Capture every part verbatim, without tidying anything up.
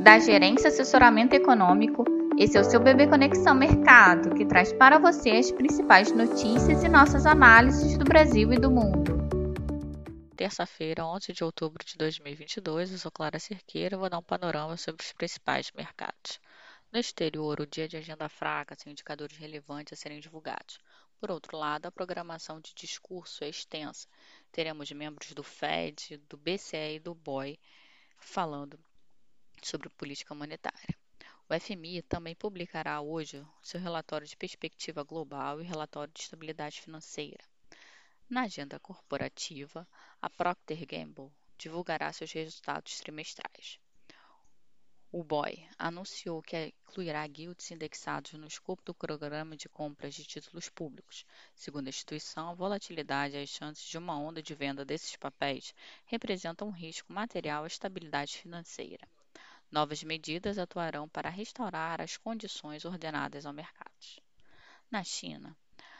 da Gerência Assessoramento Econômico. Esse é o seu B B Conexão Mercado, que traz para você as principais notícias e nossas análises do Brasil e do mundo. Terça-feira, onze de outubro de dois mil e vinte e dois, eu sou Clara Cerqueira e vou dar um panorama sobre os principais mercados. No exterior, o dia de agenda fraca, sem indicadores relevantes a serem divulgados. Por outro lado, a programação de discurso é extensa. Teremos membros do Fed, do B C E e do B O E falando sobre política monetária. O F M I também publicará hoje seu relatório de perspectiva global e relatório de estabilidade financeira. Na agenda corporativa, a Procter and Gamble divulgará seus resultados trimestrais. O B O E anunciou que incluirá guilds indexados no escopo do programa de compras de títulos públicos. Segundo a instituição, a volatilidade e as chances de uma onda de venda desses papéis representam um risco material à estabilidade financeira. Novas medidas atuarão para restaurar as condições ordenadas ao mercado. Na China,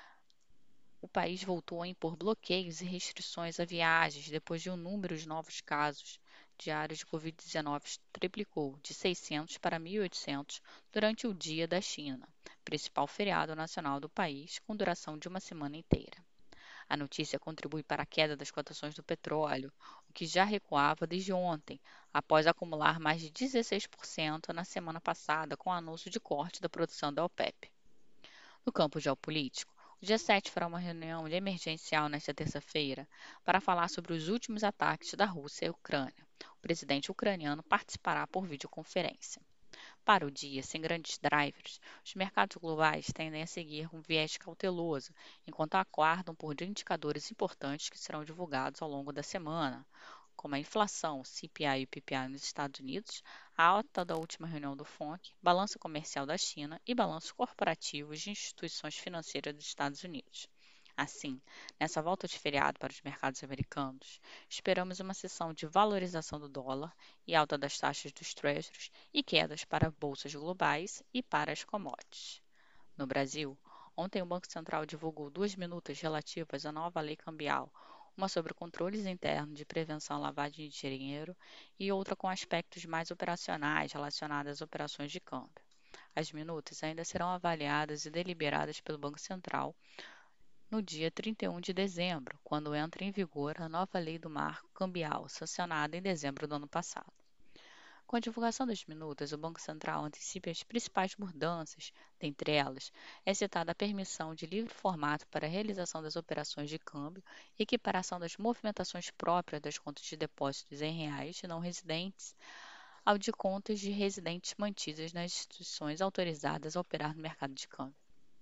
o país voltou a impor bloqueios e restrições a viagens depois de um número de novos casos diários de covid dezenove triplicou, de seiscentos para mil e oitocentos, durante o Dia da China, principal feriado nacional do país, com duração de uma semana inteira. A notícia contribui para a queda das cotações do petróleo, o que já recuava desde ontem, após acumular mais de dezesseis por cento na semana passada com o anúncio de corte da produção da OPEP. No campo geopolítico, o G sete fará uma reunião emergencial nesta terça-feira para falar sobre os últimos ataques da Rússia à Ucrânia. O presidente ucraniano participará por videoconferência. Para o dia, sem grandes drivers, os mercados globais tendem a seguir um viés cauteloso, enquanto aguardam por indicadores importantes que serão divulgados ao longo da semana, como a inflação, C P I e P P I nos Estados Unidos, a alta da última reunião do F O N C, balanço comercial da China e balanços corporativos de instituições financeiras dos Estados Unidos. Assim, nessa volta de feriado para os mercados americanos, esperamos uma sessão de valorização do dólar e alta das taxas dos treasuries e quedas para bolsas globais e para as commodities. No Brasil, ontem o Banco Central divulgou duas minutas relativas à nova lei cambial, uma sobre controles internos de prevenção à lavagem de dinheiro e outra com aspectos mais operacionais relacionados às operações de câmbio. As minutas ainda serão avaliadas e deliberadas pelo Banco Central no dia trinta e um de dezembro, quando entra em vigor a nova lei do marco cambial, sancionada em dezembro do ano passado. Com a divulgação das minutas, o Banco Central antecipa as principais mudanças, dentre elas, é citada a permissão de livre formato para a realização das operações de câmbio e equiparação das movimentações próprias das contas de depósitos em reais de não residentes ao de contas de residentes mantidas nas instituições autorizadas a operar no mercado de câmbio.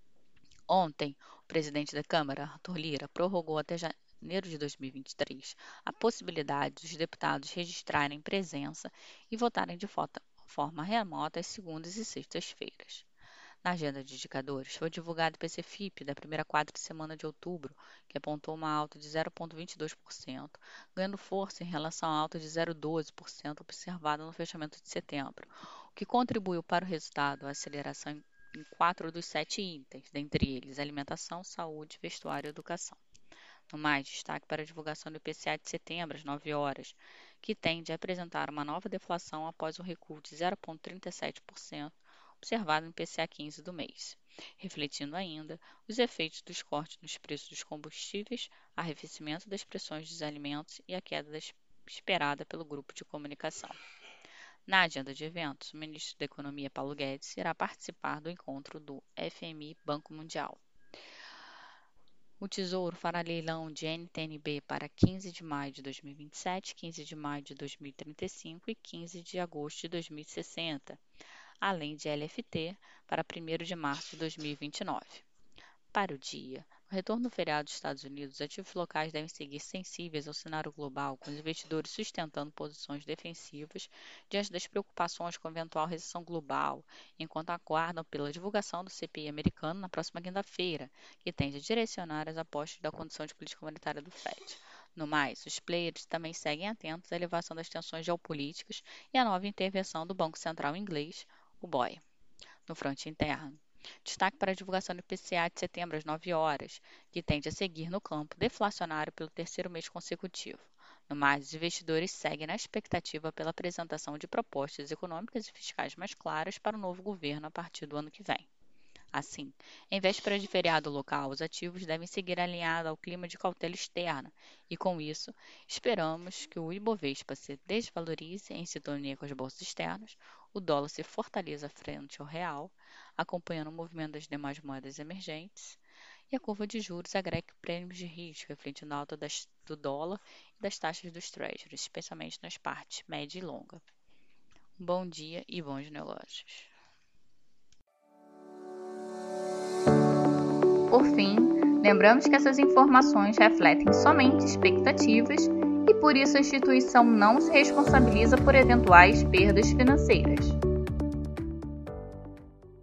Ontem, o presidente da Câmara, Arthur Lira, prorrogou até janeiro de dois mil e vinte e três a possibilidade dos deputados registrarem presença e votarem de forma remota às segundas e sextas-feiras. Na agenda de indicadores, foi divulgado o I P C F I P da primeira quadra semana de outubro, que apontou uma alta de zero vírgula vinte e dois por cento, ganhando força em relação à alta de zero vírgula doze por cento observada no fechamento de setembro, o que contribuiu para o resultado, a aceleração em quatro dos sete itens, dentre eles alimentação, saúde, vestuário e educação. No mais, destaque para a divulgação do I P C A de setembro, às nove horas, que tende a apresentar uma nova deflação após o recuo de zero vírgula trinta e sete por cento observado no I P C A quinze do mês, refletindo ainda os efeitos dos cortes nos preços dos combustíveis, arrefecimento das pressões dos alimentos e a queda esperada pelo grupo de comunicação. Na agenda de eventos, o ministro da Economia, Paulo Guedes, irá participar do encontro do F M I Banco Mundial. O Tesouro fará leilão de N T N B para quinze de maio de dois mil e vinte e sete, quinze de maio de dois mil e trinta e cinco e quinze de agosto de dois mil e sessenta, além de L F T para primeiro de março de dois mil e vinte e nove. Para o dia, no retorno do feriado dos Estados Unidos, os ativos locais devem seguir sensíveis ao cenário global, com os investidores sustentando posições defensivas diante das preocupações com a eventual recessão global, enquanto aguardam pela divulgação do C P I americano na próxima quinta-feira, que tende a direcionar as apostas da condição de política monetária do Fed. No mais, os players também seguem atentos à elevação das tensões geopolíticas e à nova intervenção do Banco Central inglês, o B O E. No fronte interno, destaque para a divulgação do I P C A de setembro às nove horas, que tende a seguir no campo deflacionário pelo terceiro mês consecutivo. No mais, os investidores seguem na expectativa pela apresentação de propostas econômicas e fiscais mais claras para o novo governo a partir do ano que vem. Assim, em véspera de feriado local, os ativos devem seguir alinhados ao clima de cautela externa e, com isso, esperamos que o Ibovespa se desvalorize em sintonia com as bolsas externas, o dólar se fortaleça frente ao real, acompanhando o movimento das demais moedas emergentes, e a curva de juros agregue prêmios de risco, refletindo a alta das, do dólar e das taxas dos treasuries, especialmente nas partes média e longa. Bom dia e bons negócios. Por fim, lembramos que essas informações refletem somente expectativas e por isso a instituição não se responsabiliza por eventuais perdas financeiras.